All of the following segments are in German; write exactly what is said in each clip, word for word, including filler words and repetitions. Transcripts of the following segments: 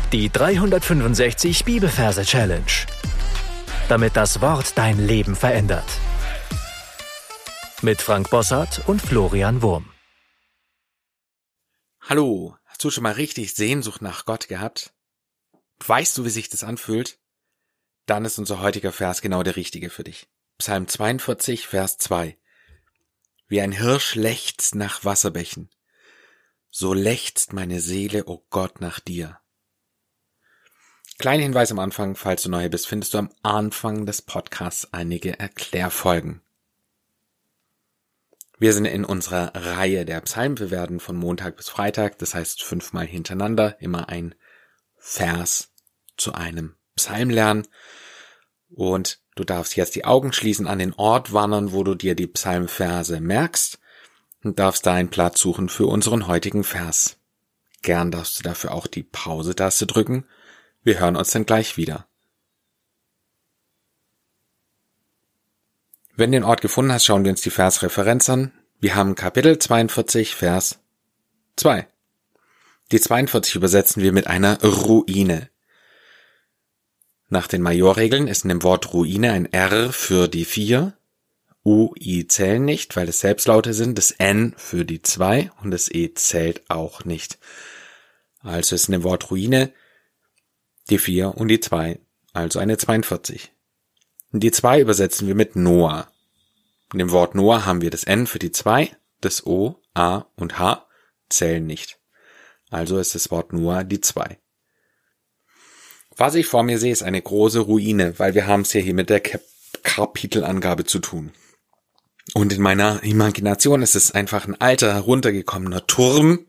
Die dreihundertfünfundsechzig Bibelverse Challenge. Damit das Wort dein Leben verändert. Mit Frank Bossart und Florian Wurm. Hallo, hast du schon mal richtig Sehnsucht nach Gott gehabt? Weißt du, wie sich das anfühlt? Dann ist unser heutiger Vers genau der richtige für dich. Psalm zweiundvierzig, Vers zwei. Wie ein Hirsch lechzt nach Wasserbächen, so lechzt meine Seele, o Gott, nach dir. Kleiner Hinweis am Anfang, falls du neu bist, findest du am Anfang des Podcasts einige Erklärfolgen. Wir sind in unserer Reihe der Psalmen. Wir werden von Montag bis Freitag, das heißt fünfmal hintereinander, immer ein Vers zu einem Psalm lernen. Und du darfst jetzt die Augen schließen, an den Ort wandern, wo du dir die Psalmverse merkst und darfst da einen Platz suchen für unseren heutigen Vers. Gern darfst du dafür auch die Pause-Taste drücken. Wir hören uns dann gleich wieder. Wenn du den Ort gefunden hast, schauen wir uns die Versreferenz an. Wir haben Kapitel zweiundvierzig, Vers zwei. Die zweiundvierzig übersetzen wir mit einer Ruine. Nach den Majorregeln ist in dem Wort Ruine ein R für die vier, U, I zählen nicht, weil es Selbstlaute sind, das N für die zwei und das E zählt auch nicht. Also ist in dem Wort Ruine die vier und die zwei, also eine zweiundvierzig. Und die zwei übersetzen wir mit Noah. In dem Wort Noah haben wir das N für die zwei, das O, A und H zählen nicht. Also ist das Wort Noah die zwei. Was ich vor mir sehe, ist eine große Ruine, weil wir haben es ja hier mit der Kap- Kapitelangabe zu tun. Und in meiner Imagination ist es einfach ein alter, heruntergekommener Turm.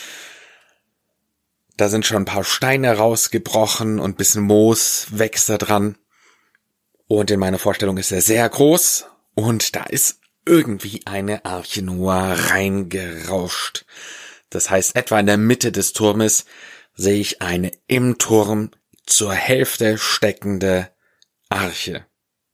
Da sind schon ein paar Steine rausgebrochen und ein bisschen Moos wächst da dran. Und in meiner Vorstellung ist er sehr groß und da ist irgendwie eine Arche Noah reingerauscht. Das heißt, etwa in der Mitte des Turmes sehe ich eine im Turm zur Hälfte steckende Arche.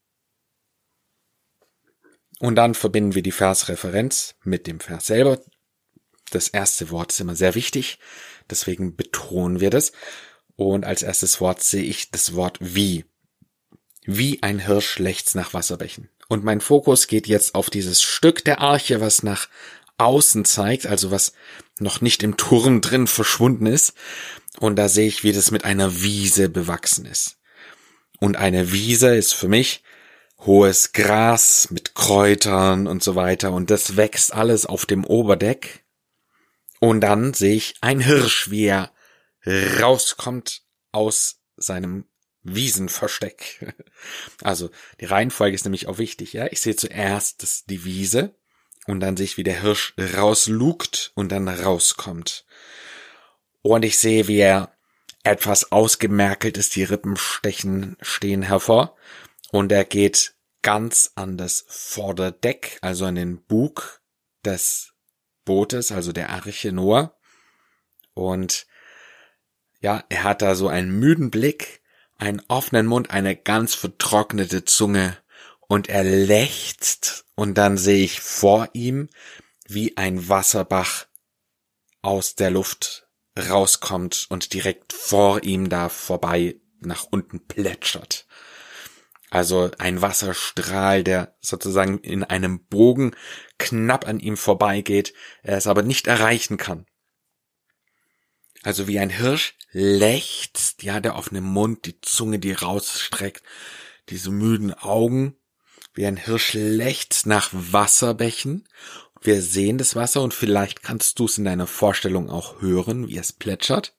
Und dann verbinden wir die Versreferenz mit dem Vers selber. Das erste Wort ist immer sehr wichtig, deswegen betonen wir das. Und als erstes Wort sehe ich das Wort wie. Wie ein Hirsch lechzt nach Wasserbächen. Und mein Fokus geht jetzt auf dieses Stück der Arche, was nach außen zeigt, also was noch nicht im Turm drin verschwunden ist. Und da sehe ich, wie das mit einer Wiese bewachsen ist. Und eine Wiese ist für mich hohes Gras mit Kräutern und so weiter. Und das wächst alles auf dem Oberdeck. Und dann sehe ich ein Hirsch, wie er rauskommt aus seinem Wiesenversteck. Also die Reihenfolge ist nämlich auch wichtig. Ja, ich sehe zuerst das, die Wiese und dann sehe ich, wie der Hirsch rauslugt und dann rauskommt. Und ich sehe, wie er etwas ausgemerkelt ist, die Rippen stechen, stehen hervor. Und er geht ganz an das Vorderdeck, also an den Bug des Bootes, also der Arche Noah. Und ja, er hat da so einen müden Blick, einen offenen Mund, eine ganz vertrocknete Zunge. Und er lechzt. Und dann sehe ich vor ihm, wie ein Wasserbach aus der Luft rauskommt und direkt vor ihm da vorbei nach unten plätschert. Also ein Wasserstrahl, der sozusagen in einem Bogen knapp an ihm vorbeigeht, er es aber nicht erreichen kann. Also wie ein Hirsch lechzt, ja, der offene Mund, die Zunge, die rausstreckt, diese müden Augen, wie ein Hirsch lechzt nach Wasserbächen. Wir sehen das Wasser und vielleicht kannst du es in deiner Vorstellung auch hören, wie es plätschert.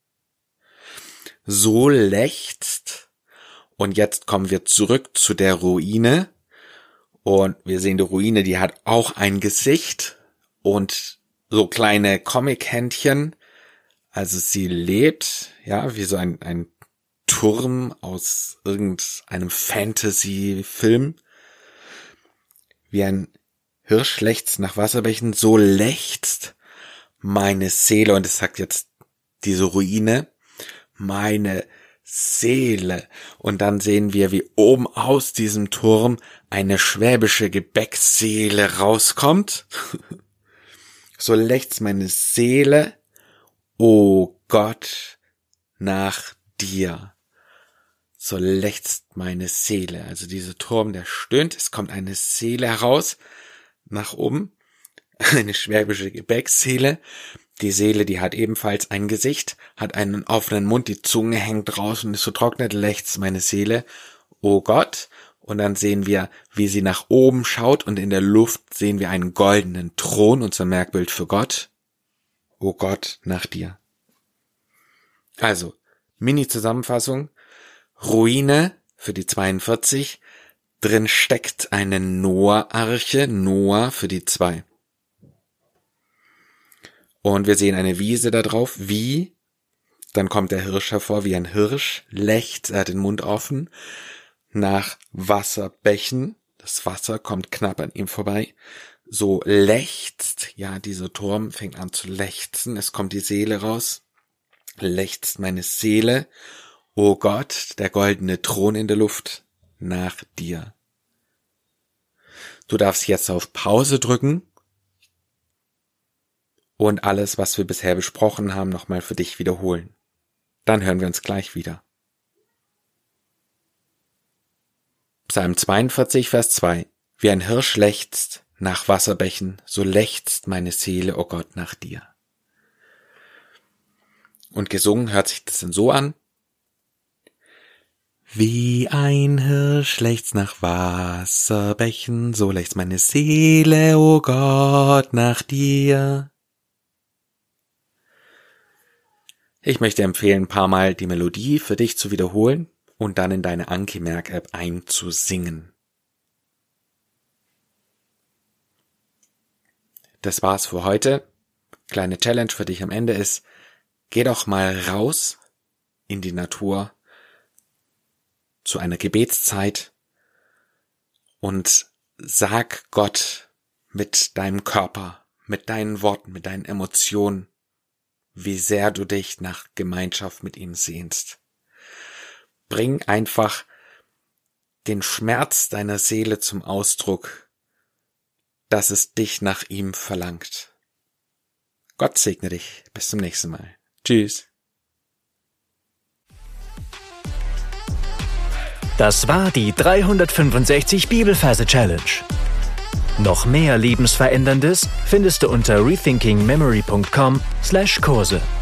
So lechzt. Und jetzt kommen wir zurück zu der Ruine. Und wir sehen die Ruine, die hat auch ein Gesicht und so kleine Comic-Händchen. Also sie lebt, ja, wie so ein, ein Turm aus irgendeinem Fantasy-Film. Wie ein Hirsch lechzt nach Wasserbächen, so lechzt meine Seele, und es sagt jetzt diese Ruine, meine Seele. Und dann sehen wir, wie oben aus diesem Turm eine schwäbische Gebäckseele rauskommt. So lechzt meine Seele, o Gott, nach dir. So lechzt meine Seele. Also dieser Turm, der stöhnt, es kommt eine Seele heraus, nach oben, eine schwäbische Gebäckseele. Die Seele, die hat ebenfalls ein Gesicht, hat einen offenen Mund, die Zunge hängt raus und ist so trocknet, lechzt meine Seele. Oh Gott. Und dann sehen wir, wie sie nach oben schaut und in der Luft sehen wir einen goldenen Thron, unser Merkbild für Gott. Oh Gott, nach dir. Also, Mini-Zusammenfassung. Ruine für die zweiundvierzig. Drin steckt eine Noah-Arche, Noah für die zwei. Und wir sehen eine Wiese da drauf. Wie? Dann kommt der Hirsch hervor, wie ein Hirsch, lechzt, er hat den Mund offen, nach Wasserbächen. Das Wasser kommt knapp an ihm vorbei. So lechzt, ja, dieser Turm fängt an zu lechzen. Es kommt die Seele raus. Lechzt meine Seele. O Gott, der goldene Thron in der Luft, nach dir. Du darfst jetzt auf Pause drücken und alles, was wir bisher besprochen haben, nochmal für dich wiederholen. Dann hören wir uns gleich wieder. Psalm zweiundvierzig, Vers zwei. Wie ein Hirsch lechzt nach Wasserbächen, so lechzt meine Seele, o Gott, nach dir. Und gesungen hört sich das dann so an. Wie ein Hirsch lechzt nach Wasserbächen, so lechzt meine Seele, o Gott, nach dir. Ich möchte empfehlen, ein paar Mal die Melodie für dich zu wiederholen und dann in deine Anki-Merk-App einzusingen. Das war's für heute. Kleine Challenge für dich am Ende ist, geh doch mal raus in die Natur zu einer Gebetszeit und sag Gott mit deinem Körper, mit deinen Worten, mit deinen Emotionen, wie sehr du dich nach Gemeinschaft mit ihm sehnst. Bring einfach den Schmerz deiner Seele zum Ausdruck, dass es dich nach ihm verlangt. Gott segne dich. Bis zum nächsten Mal. Tschüss. Das war die dreihundertfünfundsechzig Bibelverse Challenge. Noch mehr Lebensveränderndes findest du unter rethinkingmemory punkt com slash Kurse.